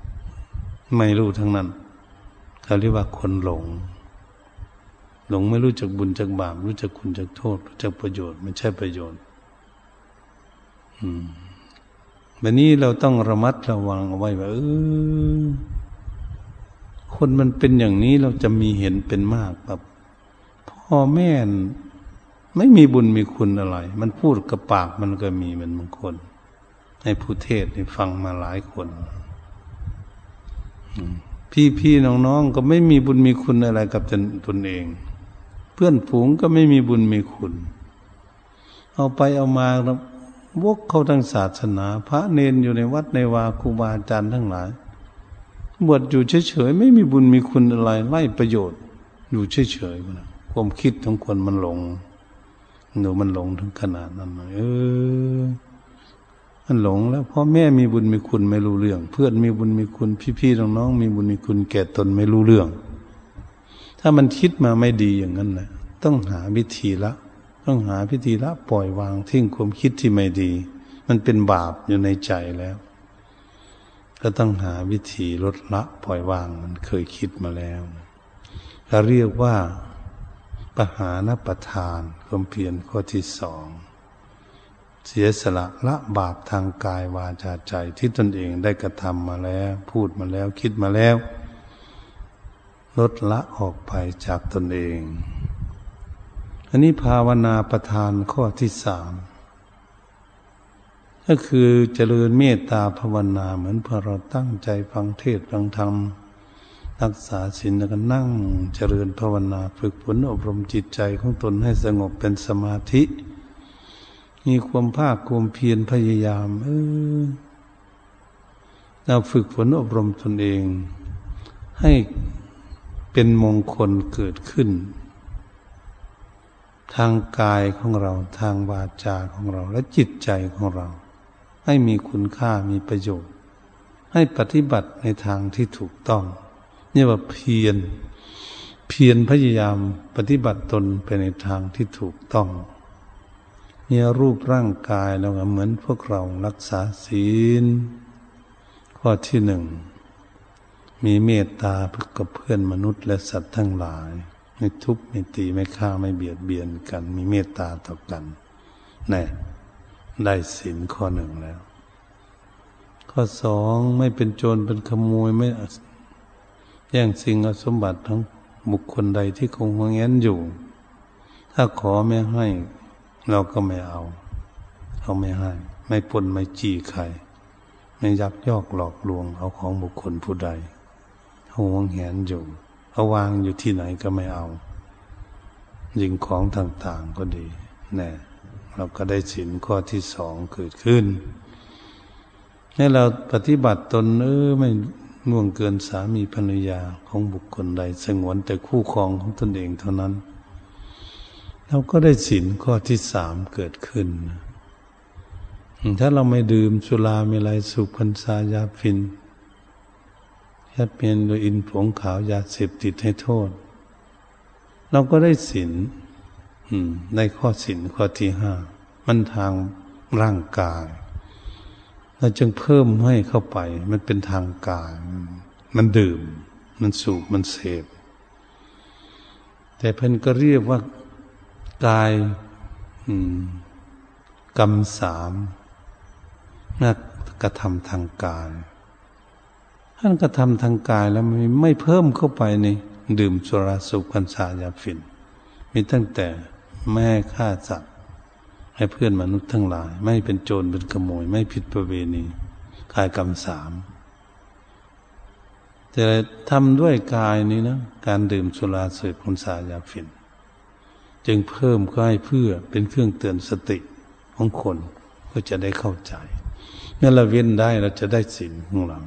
ไม่รู้ทั้งนั้นเขาเรียกว่าคนหลงหลงไม่รู้จักบุญจักบาปรู้จักคุณจักโทษรู้จักประโยชน์ไม่ใช่ประโยชน์อืมวันนี้เราต้องระมัดระวังเอาไว้ว่าเออคนมันเป็นอย่างนี้เราจะมีเห็นเป็นมากแบบพ่อแม่ไม่มีบุญมีคุณอะไรมันพูดกับปากมันก็มีมันบางคนให้ผู้เทศให้ฟังมาหลายคนพี่พี่น้องๆก็ไม่มีบุญมีคุณอะไรกับตนตนเองเพื่อนฝูงก็ไม่มีบุญมีคุณเอาไปเอามาแล้ววกเข้าทางศาสนาพระเนนอยู่ในวัดในวาครูบาอาจารย์ทั้งหลายบวชอยู่เฉยๆไม่มีบุญมีคุณอะไรไล่ประโยชน์อยู่เฉยๆนะความคิดของคนมันหลงหนูมันหลงถึงขนาดนั้นเออมันหลงแล้วพ่อแม่มีบุญมีคุณไม่รู้เรื่องเพื่อนมีบุญมีคุณพี่ๆน้องๆมีบุญมีคุณแก่ตนไม่รู้เรื่องถ้ามันคิดมาไม่ดีอย่างนั้นแหละต้องหาวิธีละต้องหาวิธีละปล่อยวางทิ้งความคิดที่ไม่ดีมันเป็นบาปอยู่ในใจแล้วก็ต้องหาวิธีลดละปล่อยวางมันเคยคิดมาแล้วเราเรียกว่าปหานประทานความเพียรข้อที่สองเสียสละละบาปทางกายวาจาใจที่ตนเองได้กระทำมาแล้วพูดมาแล้วคิดมาแล้วลดละออกไปจากตนเองอันนี้ภาวนาประทานข้อที่สามก็คือเจริญเมตตาภาวนาเหมือนพอเราตั้งใจฟังเทศน์ฟังธรรมรักษาศีลแล้วก็นั่งเจริญภาวนาฝึกฝนอบรมจิตใจของตนให้สงบเป็นสมาธิมีความภาคความเพียรพยายามเออเราฝึกฝนอบรมตนเองให้เป็นมงคลเกิดขึ้นทางกายของเราทางวาจาของเราและจิตใจของเราให้มีคุณค่ามีประโยชน์ให้ปฏิบัติในทางที่ถูกต้องนี่ว่าเพียรเพียรพยายามปฏิบัติตนไปในทางที่ถูกต้องมีรูปร่างกายเราเหมือนพวกเรารักษาศีลข้อที่หนึ่งมีเมตตากับเพื่อนมนุษย์และสัตว์ทั้งหลายไม่ทุบไม่ตีไม่ฆ่าไม่เบียดเบียนกันมีเมตตาต่อกันนี่ได้ศีลข้อหนึ่งแล้วข้อสองไม่เป็นโจรเป็นขโมยไม่แย่งสิ่งเอาสมบัติทั้งบุคคลใดที่คงหวงแหนอยู่ถ้าขอไม่ให้เราก็ไม่เอาเขาไม่ให้ไม่ปนไม่จี้ใครไม่ยักยอกหลอกลวงเอาของบุคคลผู้ใดเขาหวงแหนอยู่เขาวางอยู่ที่ไหนก็ไม่เอายิงของต่างๆก็ดีแน่เราก็ได้ศีลข้อที่สองเกิดขึ้นให้เราปฏิบัติตนเออไม่ล่วงเกินสามีภรรยาของบุคคลใดสงวนแต่คู่ครองของตนเองเท่านั้นเราก็ได้ศีลข้อที่สามเกิดขึ้นถ้าเราไม่ดื่มสุราเมลัยสูบกัญชายาฝิ่นยัดเมียนโดยอินผงขาวยาเสพติดให้โทษเราก็ได้ศีลในข้อศีลข้อที่ห้ามันทางร่างกายเราจึงเพิ่มให้เข้าไปมันเป็นทางกายมันดื่มมันสูบมันเสพแต่เพิ่นก็เรียกว่ากายกรรมสามนักกระทำทางกายท่านกระทำทางกายแล้วไม่ไม่เพิ่มเข้าไปในดื่มสุราสูบกัญชายาฝิ่นมีตั้งแต่ไม่ให้ฆ่าสัตว์ให้เพื่อนมนุษย์ทั้งหลายไม่เป็นโจรเป็นขโมยไม่ผิดประเวณีกายกรรมสามแต่ทำด้วยกายนี้นะการดื่มสุราสูบกัญชายาฝิ่นจึงเพิ่มก็ให้เพื่อเป็นเครื่องเตือนสติของคนเพื่อจะได้เข้าใจเมื่อเราเว้นได้เราจะได้ศีลของเรา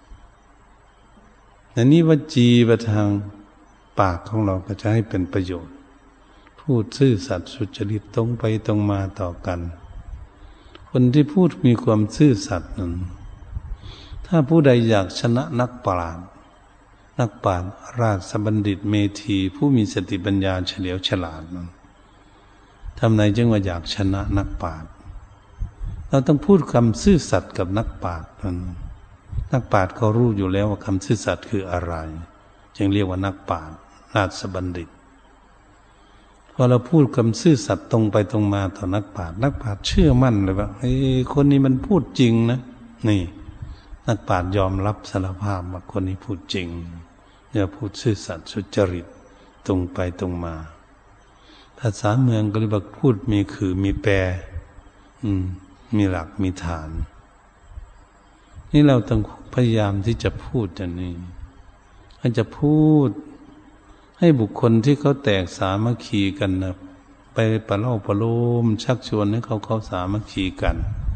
อันนี้วจีประทางปากของเราก็จะให้เป็นประโยชน์พูดซื่อสัตย์สุจริตตรงไปตรงมาต่อกันคนที่พูดมีความซื่อสัตย์นั้นถ้าผู้ใดอยากชนะนักปราชญ์นักปราชญ์ราชบัณฑิตเมธีผู้มีสติปัญญาเฉลียวฉลาดนั้นทำไมจึงว่าอยากชนะนักปราชญ์เราต้องพูดคำซื่อสัตย์กับนักปราชญ์นั้นนักปราชญ์เขารู้อยู่แล้วว่าคำซื่อสัตย์คืออะไรจึงเรียกว่านักปราชญ์ราชบัณฑิตพอเราพูดคำซื่อสัตย์ตรงไปตรงมาต่อนักปราชญ์นักปราชญ์เชื่อมั่นเลยว่าเฮ้ยคนนี้มันพูดจริงนะนี่นักปราชญ์ยอมรับสารภาพว่าคนนี้พูดจริงเนี่ยพูดซื่อสัตย์สุจริตตรงไปตรงมาภาษาเมืองก็เรียกว่าพูดมีคือมีแปรอืมมีหลักมีฐานนี่เราต้องพยายามที่จะพูดอย่างนี้ถ้าจะพูดให้บุคคลที่เขาแตกสามัคคีกันนะไปประเล่าประโลมชักชวนให้เขาเขาสามัคคีกัน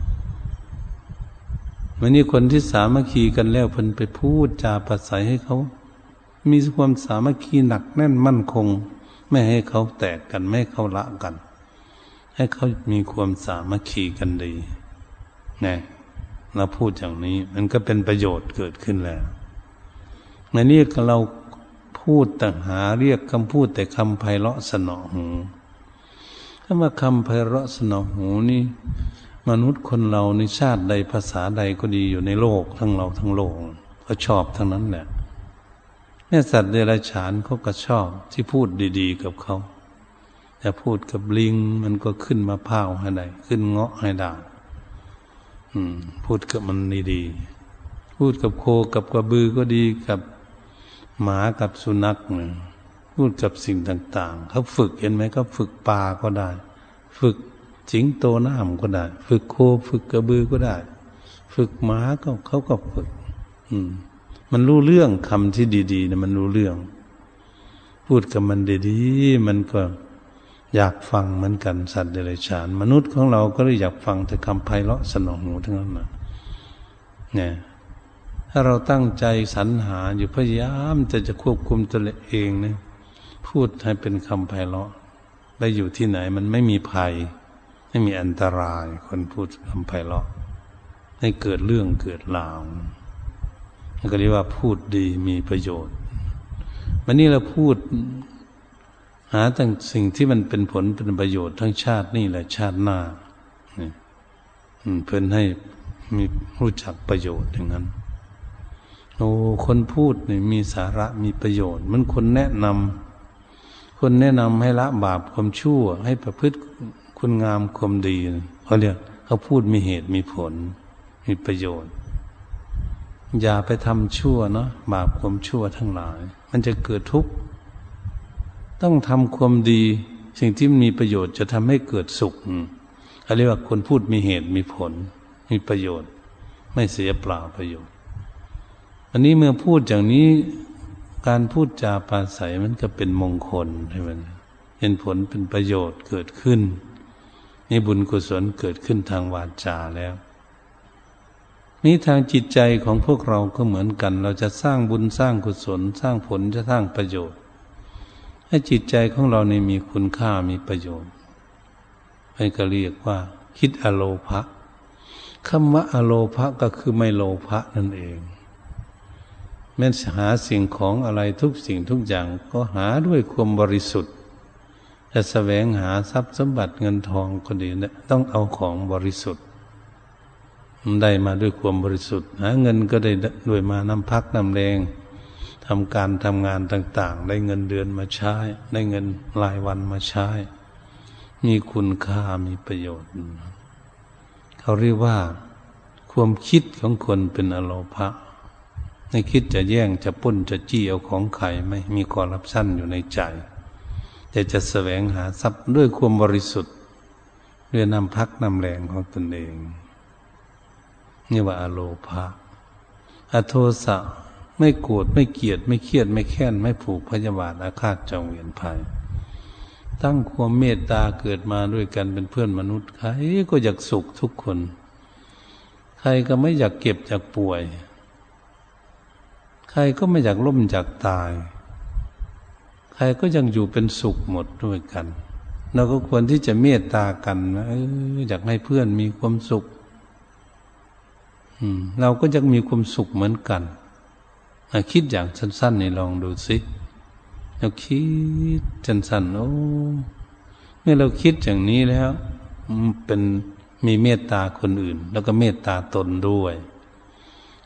วันนี้คนที่สามัคคีกันแล้วเพิ่นไปพูดจาปราศัยให้เขามีความสามัคคีหนักแน่นมั่นคงไม่ให้เขาแตกกันไม่ให้เขาละกันให้เขามีความสามัคคีกันดีนะเราพูดอย่างนี้มันก็เป็นประโยชน์เกิดขึ้นแล้วในนี้เราพูดแต่หาเรียกคำพูดแต่คำไพเราะสนอหูถ้ามาคำไพเราะสนอหูนี่มนุษย์คนเราในชาติใดภาษาใดก็ดีอยู่ในโลกทั้งเราทั้งโลกก็ชอบทั้งนั้นแหละแม่สัตว์เดรัจฉานเขาก็ชอบที่พูดดีๆกับเขาแต่พูดกับลิงมันก็ขึ้นมาพร้าวให้ได้ขึ้นเงาะให้ได้อืมพูดกับมันดีๆพูดกับโคกับกระบือก็ดีกับหมากับสุนัขเนี่ยพูดกับสิ่งต่างๆเขาฝึกเห็นไหมเขาฝึกปลาก็ได้ฝึกสิงโตน้ำก็ได้ฝึกโคฝึกกระบือก็ได้ฝึกหมาก็เขาก็ฝึกอืมมันรู้เรื่องคำที่ดีๆนะมันรู้เรื่องพูดกับมันดีๆมันก็อยากฟังเหมือนกันสัตว์เดรัจฉานมนุษย์ของเราก็เลยอยากฟังแต่คำไพเราะสนอหูทั้งนั้นนะเนี่ยถ้าเราตั้งใจสรรหาอยู่พยายามจะจะควบคุมตัวเองนะพูดให้เป็นคำไพเราะไปอยู่ที่ไหนมันไม่มีภัยไม่มีอันตรายคนพูดคำไพเราะให้เกิดเรื่องเกิดราวก็เรียกว่าพูดดีมีประโยชน์วันนี้เราพูดหาตั้งสิ่งที่มันเป็นผลเป็นประโยชน์ทั้งชาตินี่และชาติหน้าเพื่อนให้มีรู้จักประโยชน์อย่างนั้นโอ้คนพูดนี่มีสาระมีประโยชน์มันคนแนะนำคนแนะนำให้ละบาปความชั่วให้ประพฤติคุณงามความดีเขาเรียกเขาพูดมีเหตุมีผลมีประโยชน์อย่าไปทำชั่วเนาะบาปความชั่วทั้งหลายมันจะเกิดทุกข์ต้องทำความดีสิ่งที่มีประโยชน์จะทำให้เกิดสุขเขาเรียกว่าคนพูดมีเหตุมีผลมีประโยชน์ไม่เสียเปล่าประโยชน์อันนี้เมื่อพูดอย่างนี้การพูดจาปราศัยมันก็เป็นมงคลใช่ไหมเป็นผลเป็นประโยชน์เกิดขึ้นมีบุญกุศลเกิดขึ้นทางวาจาแล้วนี้ทางจิตใจของพวกเราก็เหมือนกันเราจะสร้างบุญสร้างกุศลสร้างผลจะสร้างประโยชน์ให้จิตใจของเราในมีคุณค่ามีประโยชน์ให้ก็เรียกว่าคิดอโลภะคำว่าอโลภะก็คือไม่โลภะนั่นเองแม้หาสิ่งของอะไรทุกสิ่งทุกอย่างก็หาด้วยความบริสุทธิ์จะแสวงหาทรัพย์สมบัติเงินทองก็ดีนะต้องเอาของบริสุทธิ์ได้มาด้วยความบริสุทธิ์หาเงินก็ได้ด้วยมาน้ำพักน้ำแรงทำการทำงานต่างๆได้เงินเดือนมาใช้ได้เงินรายวันมาใช้มีคุณค่ามีประโยชน์เขาเรียกว่าความคิดของคนเป็นอโลภะไม่คิดจะแย่งจะปล้นจะจี้เอาของใครไม่มีคอร์รัปชันอยู่ในใจแต่จะแสวงหาทรัพย์ด้วยความบริสุทธิ์ด้วยน้ำพักน้ำแรงของตนเองนี่ว่าอโลภะอโทสะไม่โกรธไม่เกลียดไม่เครียดไม่แค้นไม่ผูกพยาบาทอาฆาตจองเวียนภัยตั้งความเมตตาเกิดมาด้วยกันเป็นเพื่อนมนุษย์ใครก็อยากสุขทุกคนใครก็ไม่อยากเก็บอยากป่วยใครก็ไม่อยากล้มอยากตายใครก็ยังอยู่เป็นสุขหมดด้วยกันเราก็ควรที่จะเมตตากันนะอยากให้เพื่อนมีความสุขเราก็จะมีความสุขเหมือนกันคิดอย่างสั้นๆนี่ลองดูสิเราคิดสั้นๆโอ้เมื่อเราคิดอย่างนี้แล้วเป็นมีเมตตาคนอื่นแล้วก็เมตตาตนด้วย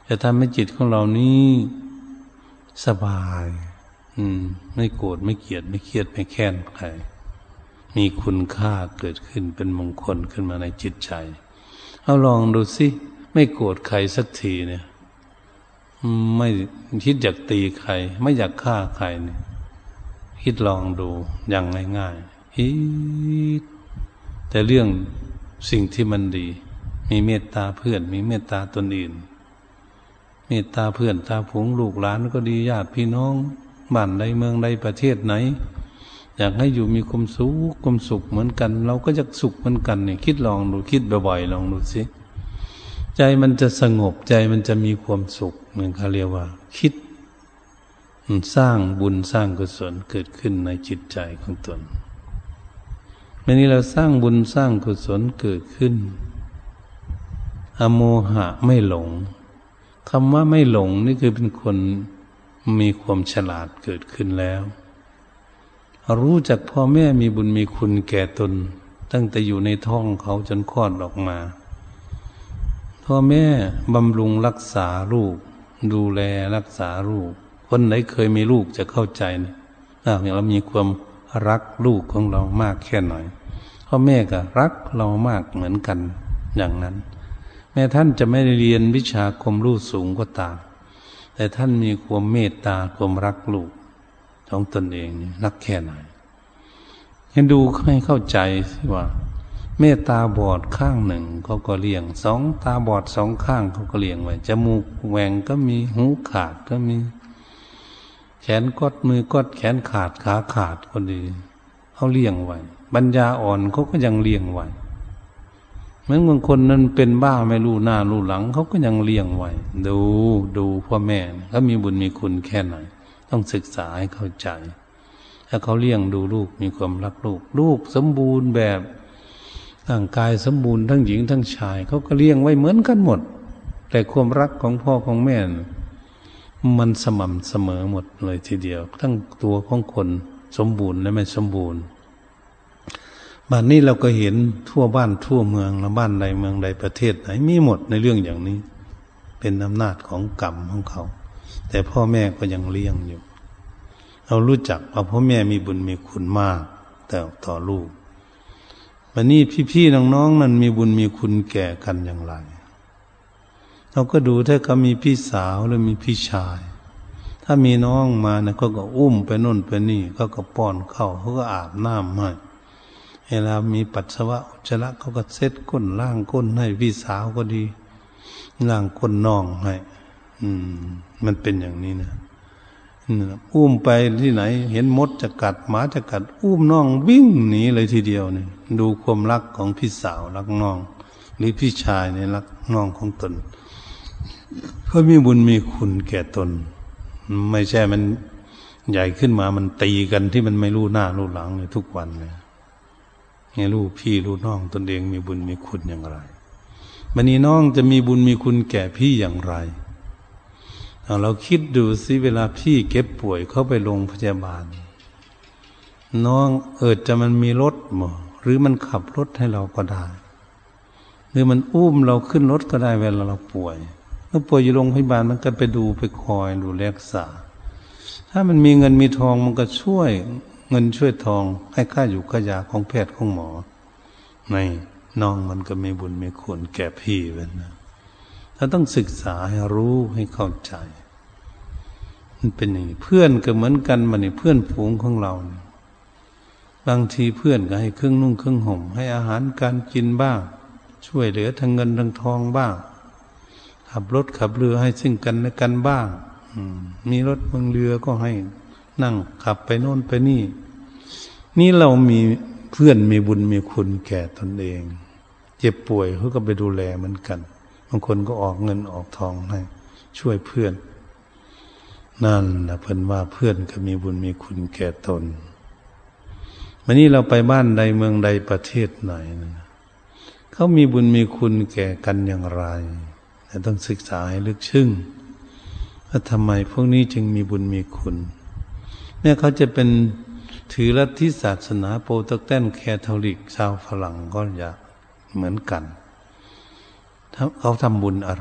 จะทำให้จิตของเรานี้สบาย อืม ไม่โกรธไม่เกลียดไม่เครียดไม่แค้นใครมีคุณค่าเกิดขึ้นเป็นมงคลขึ้นมาในจิตใจเอาลองดูสิไม่โกรธใครสักทีเนี่ยไม่คิดอยากตีใครไม่อยากฆ่าใครเนี่ยคิดลองดูอย่างง่ายๆฮิตแต่เรื่องสิ่งที่มันดีมีเมตตาเพื่อนมีเมตตาตนอื่นเมตตาเพื่อนตาผงลูกหลานก็ดีญาติพี่น้องบ้านใดเมืองใดประเทศไหนอยากให้อยู่มีความสุขความสุขเหมือนกันเราก็จะสุขเหมือนกันเนี่ยคิดลองดูคิดบ่อยๆลองดูสิใจมันจะสงบใจมันจะมีความสุขเหมือนเขาเรียกว่าคิดสร้างบุญสร้างกุศลเกิดขึ้นในจิตใจของตนเมื่อนี้เราสร้างบุญสร้างกุศลเกิดขึ้นอโมหะไม่หลงคำว่าไม่หลงนี่คือเป็นคนมีความฉลาดเกิดขึ้นแล้วรู้จักพ่อแม่มีบุญมีคุณแก่ตนตั้งแต่อยู่ในท้องเขาจนคลอดออกมาพ่อแม่บำรุงรักษาลูกดูแลรักษาลูกคนไหนเคยมีลูกจะเข้าใจนะถ้าเรามีความรักลูกของเรามากแค่ไหนพ่อแม่ก็รักเรามากเหมือนกันอย่างนั้นแม้ท่านจะไม่ได้เรียนวิชาความรู้สูงก็ตามแต่ท่านมีความเมตตาความรักลูกของตนเองนี่รักแค่ไหนให้ดูให้เข้าใจสิว่าเมตตาบอดข้างหนึ่งเขาก็เลี้ยงสองตาบอดสองข้างเขาก็เลี้ยงไว้จมูกแหว่งก็มีหูขาดก็มีแขนกดมือกดแขนขาดขาขาดก็ดีเขาเลี้ยงไว้ปัญญาอ่อนเขาก็ยังเลี้ยงไว้เหมือนบางคนนั้นเป็นบ้าไม่รู้หน้ารู้หลังเขาก็ยังเลี้ยงไว้ดูดูพ่อแม่เขามีบุญมีคุณแค่ไหนต้องศึกษาให้เข้าใจถ้าเขาเลี้ยงดูลูกมีความรักลูกลูกสมบูรณ์แบบร่างกายสมบูรณ์ทั้งหญิงทั้งชายเขาก็เลี้ยงไว้เหมือนกันหมดแต่ความรักของพ่อของแม่มันสม่ำเสมอหมดเลยทีเดียวทั้งตัวของคนสมบูรณ์และไม่สมบูรณ์บ้านนี้เราก็เห็นทั่วบ้านทั่วเมืองและบ้านใดเมืองใดประเทศไหนมีหมดในเรื่องอย่างนี้เป็นอำนาจของกรรมของเขาแต่พ่อแม่ก็ยังเลี้ยงอยู่เรารู้จักว่าพ่อแม่มีบุญมีคุณมากแต่ต่อลูกวันนี้พี่ๆน้องๆนั้นมีบุญมีคุณแก่กันอย่างไรเราก็ดูถ้าเขามีพี่สาวหรือมีพี่ชายถ้ามีน้องมาเนี่ยเขาก็อุ้มไปโน่นไปนี่เขาก็ป้อนข้าวเขาก็อาบน้ำให้เวลามีปัสสาวะอุจจาระเขาก็เซ็ตก้นล่างก้นให้พี่สาวก็ดีล่างก้นน้องให้อืมมันเป็นอย่างนี้นะอุ้มไปที่ไหนเห็นมดจะกัดหมาจะกัดอุ้มน้องวิ่งหนีเลยทีเดียวนี่ดูความรักของพี่สาวรักน้องหรือพี่ชายในรักน้องของตนเขามีบุญมีคุณแก่ตนไม่ใช่มันใหญ่ขึ้นมามันตีกันที่มันไม่รู้หน้ารู้หลังเลยทุกวันเลยให้รู้พี่รู้น้องตนเองมีบุญมีคุณอย่างไรวันนี้น้องจะมีบุญมีคุณแก่พี่อย่างไรเราคิดดูสิเวลาพี่เก็บป่วยเข้าไปโรงพยาบาลน้องเอิดจะมันมีรถมั้งหรือมันขับรถให้เราก็ได้หรือมันอุ้มเราขึ้นรถก็ได้เวลาเราป่วยเมื่อป่วยอยู่โรงพยาบาลมันก็ไปดูไปคอยดูรักษาถ้ามันมีเงินมีทองมันก็ช่วยเงินช่วยทองให้ค่าอยู่ค่ายาของแพทย์ของหมอในน้องมันก็มีบุญมีคุณแก่พี่เว้ยนะถ้าต้องศึกษาให้รู้ให้เข้าใจมันเป็นอย่างนี้เพื่อนก็เหมือนกันมันนี่เพื่อนฝูงของเราบางทีเพื่อนก็ให้เครื่องนุ่งเครื่องห่มให้อาหารการกินบ้างช่วยเหลือทางเงินทางทองบ้างขับรถขับเรือให้ซึ่งกันและกันบ้างมีรถบางเรือก็ให้นั่งขับไปโน่นไปนี่นี่เรามีเพื่อนมีบุญมีคุณแก่ตนเองเจ็บป่วยเขาก็ไปดูแลเหมือนกันบางคนก็ออกเงินออกทองให้ช่วยเพื่อนนั่นนะเพิ่นว่าเพื่อนก็มีบุญมีคุณแก่ตนวันนี้เราไปบ้านใดเมืองใดประเทศไหนนะเขามีบุญมีคุณแก่กันอย่างไรแต่ต้องศึกษาให้ลึกซึ้งว่าทำไมพวกนี้จึงมีบุญมีคุณเนี่ยเขาจะเป็นถือลัทธิศาสนาโปรเตสแตนต์แคทอลิกชาวฝรั่งก็อยากเหมือนกันเขาทำบุญอะไร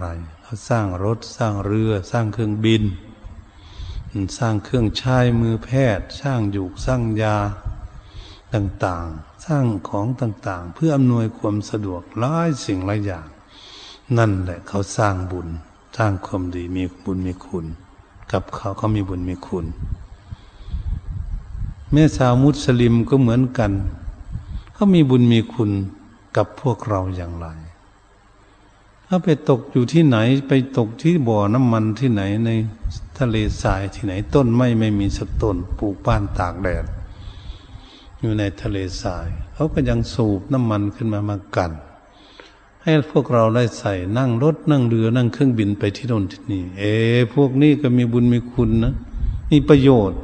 เขาสร้างรถสร้างเรือสร้างเครื่องบินสร้างเครื่องใช้มือแพทย์สร้างหยูกสร้างยาต่างๆสร้างของต่างๆเพื่ออำนวยความสะดวกหลายสิ่งหลายอย่างนั่นแหละเขาสร้างบุญสร้างความดีมีบุญมีคุณกับเขาเขามีบุญมีคุณแม่ชาวมุสลิมก็เหมือนกันเขามีบุญมีคุณกับพวกเราอย่างไรถ้าไปตกอยู่ที่ไหนไปตกที่บ่อน้ำมันที่ไหนในทะเลทรายที่ไหนต้นไม้ไม่มีสักต้นปลูกบ้านตากแดดอยู่ในทะเลทรายเขาก็ยังสูบน้ำมันขึ้นมามากันให้พวกเราได้ใส่นั่งรถนั่งเรือนั่งเครื่องบินไปที่โน่นที่นี่เอพวกนี้ก็มีบุญมีคุณนะมีประโยชน์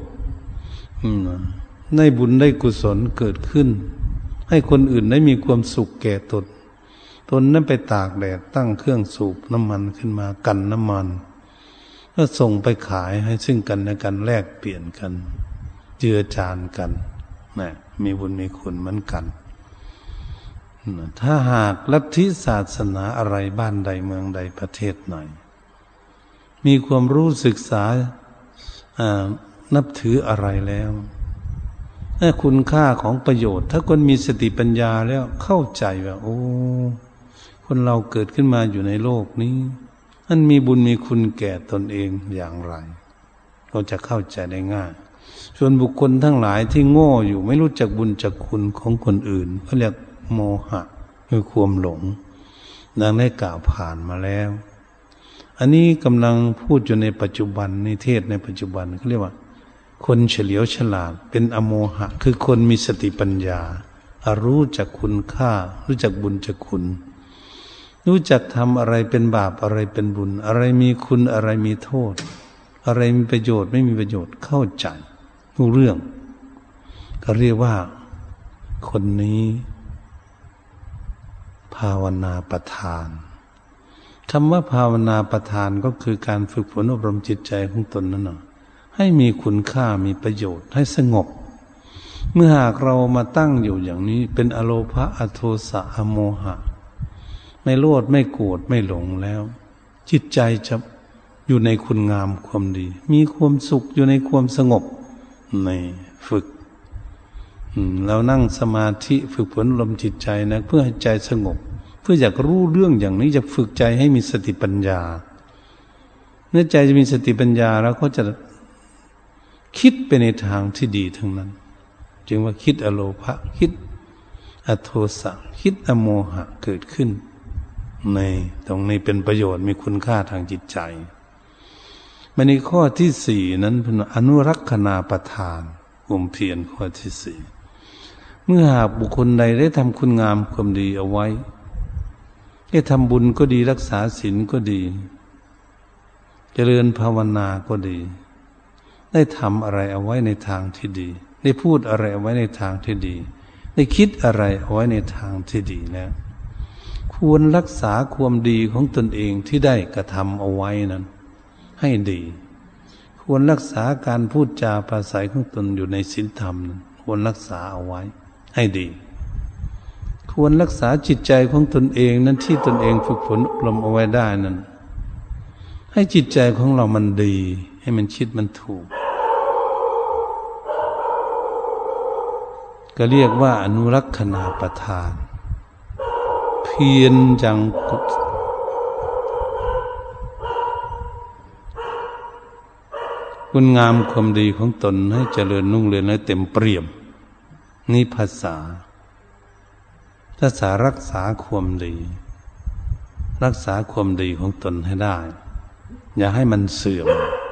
ได้บุญได้กุศลเกิดขึ้นให้คนอื่นได้มีความสุขแก่ตนตนนั้นไปตากแดดตั้งเครื่องสูบน้ำมันขึ้นมากันน้ำมันก็ส่งไปขายให้ซึ่งกันและกันแลกเปลี่ยนกันเจือจานกันนะมีบุญมีคุณเหมือนกันถ้าหากลัทธิศาสนาอะไรบ้านใดเมืองใดประเทศไหนมีความรู้ศึกษานับถืออะไรแล้วถ้าคุณค่าของประโยชน์ถ้าคนมีสติปัญญาแล้วเข้าใจว่าโอ้คนเราเกิดขึ้นมาอยู่ในโลกนี้มันมีบุญมีคุณแก่ตนเองอย่างไรเราจะเข้าใจได้ง่ายส่วนบุคคลทั้งหลายที่โง่อยู่ไม่รู้จักบุญจักคุณของคนอื่นเขาเรียกโมหะคือความหลงดังได้กล่าวผ่านมาแล้วอันนี้กำลังพูดอยู่ในปัจจุบันในเทศในปัจจุบันเขาเรียกว่าคนเฉลียวฉลาดเป็นอโมหะคือคนมีสติปัญญารู้จักคุณค่ารู้จักบุญจักคุณรู้จักทำอะไรเป็นบาปอะไรเป็นบุญอะไรมีคุณอะไรมีโทษอะไรมีประโยชน์ไม่มีประโยชน์เข้าใจทุกเรื่องก็เรียกว่าคนนี้ภาวนาประทานคำว่าภาวนาประทานก็คือการฝึกฝนอบรมจิตใจของตนนั่นน่ะให้มีคุณค่ามีประโยชน์ให้สงบเมื่อหากเรามาตั้งอยู่อย่างนี้เป็นอโลภะอโทสะอโมหะไม่โลภไม่โกรธไม่หลงแล้วจิตใจจะอยู่ในคุณงามความดีมีความสุขอยู่ในความสงบในฝึกเรานั่งสมาธิฝึกฝนลมจิตใจนะเพื่อให้ใจสงบเพื่ออยากรู้เรื่องอย่างนี้จะฝึกใจให้มีสติปัญญาเมื่อใจจะมีสติปัญญาแล้วก็จะคิดไปในทางที่ดีทั้งนั้นจึงว่าคิดอโลภะคิดอโทสะคิดอโมหะเกิดขึ้นในตรงนี้เป็นประโยชน์มีคุณค่าทางจิตใจมาในข้อที่สี่นั้นเป็นอนุรักษณาประทานความเพียรข้อที่สี่เมื่อหากบุคคลใดได้ทำคุณงามความดีเอาไว้ได้ทำบุญก็ดีรักษาศีลก็ดีเจริญภาวนาก็ดีได้ทำอะไรเอาไว้ในทางที่ดีได้พูดอะไรเอาไว้ในทางที่ดีได้คิดอะไรเอาไว้ในทางที่ดีแล้วควรรักษาความดีของตนเองที่ได้กระทำเอาไว้นั้นให้ดีควรรักษาการพูดจาปราศัยของตนอยู่ในศีลธรรมควรรักษาเอาไว้ให้ดีควรรักษาจิตใจของตนเองนั้นที่ตนเองฝึกฝนอบรมเอาไว้ได้นั้นให้จิตใจของเรามันดีให้มันคิดมันถูกก็เรียกว่าอนุรักษณาประทานเพียรจังคุณงามความดีของตนให้เจริญรุ่งเรืองให้เต็มเปี่ยมนี่ภาษาภาษารักษาความดีรักษาความดีของตนให้ได้อย่าให้มันเสื่อม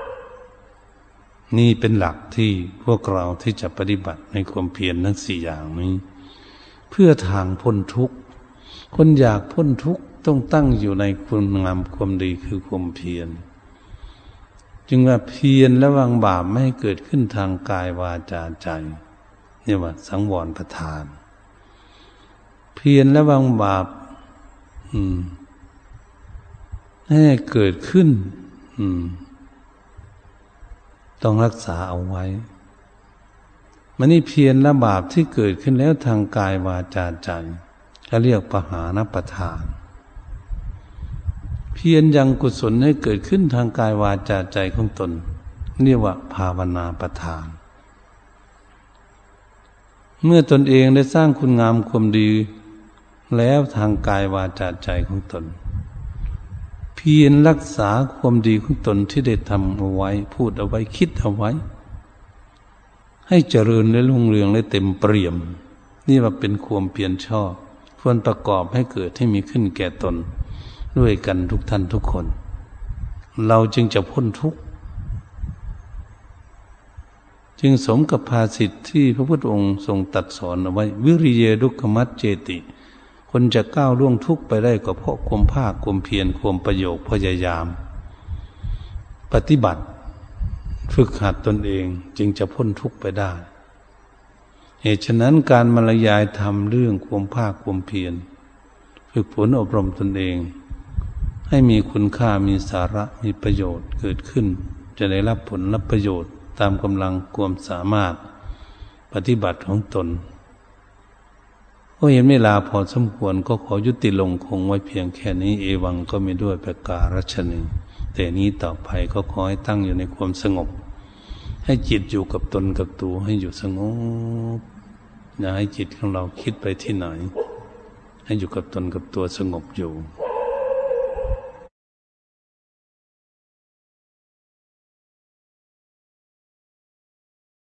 นี่เป็นหลักที่พวกเราที่จะปฏิบัติในความเพียรทั้งสี่อย่างนี้เพื่อทางพ้นทุกข์คนอยากพ้นทุกข์ต้องตั้งอยู่ในคุณงามความดีคือความเพียรจึงว่าเพียรและวางบาปไม่ให้เกิดขึ้นทางกายวาจาใจนี่ว่าสังวรประทานเพียรและวางบาปอืมให้เกิดขึ้นอืมต้องรักษาเอาไว้มันนี่เพียรและบาปที่เกิดขึ้นแล้วทางกายวาจาใจเขาเรียกปหานประทานเพียรยังกุศลให้เกิดขึ้นทางกายวาจาใจของตนเรียกว่าภาวนาประทานเมื่อตนเองได้สร้างคุณงามความดีแล้วทางกายวาจาใจของตนเพียรรักษาความดีของตนที่ได้ทำเอาไว้พูดเอาไว้คิดเอาไว้ให้เจริญและรุ่งเรืองและเต็มเปี่ยมนี่ว่าเป็นความเพียรชอบควรประกอบให้เกิดให้มีขึ้นแก่ตนด้วยกันทุกท่านทุกคนเราจึงจะพ้นทุกข์จึงสมกับภาษิตที่พระพุทธองค์ทรงตรัสสอนเอาไว้วิริเยดุขมัจเจติคนจะก้าวล่วงทุกข์ไปได้ก็เพราะความภาคความเพียรความประโยชน์พยายามปฏิบัติฝึกหัดตนเองจึงจะพ้นทุกข์ไปได้เหตุฉะนั้นการบรรยายธรรมเรื่องความภาคความเพียรฝึกฝนอบรมตนเองให้มีคุณค่ามีสาระมีประโยชน์เกิดขึ้นจะได้รับผลรับประโยชน์ตามกำลังความสามารถปฏิบัติของตนก็เห็นเวลาพอสมควรก็ขอยุติลงคงไว้เพียงแค่นี้เอวังก็มีด้วยประการฉะนี้แต่นี้ต่อไปก็ขอให้ตั้งอยู่ในความสงบให้จิตอยู่กับตนกับตัวให้อยู่สงบอย่าให้จิตของเราคิดไปที่ไหนให้อยู่กับตนกับตัวสงบอยู่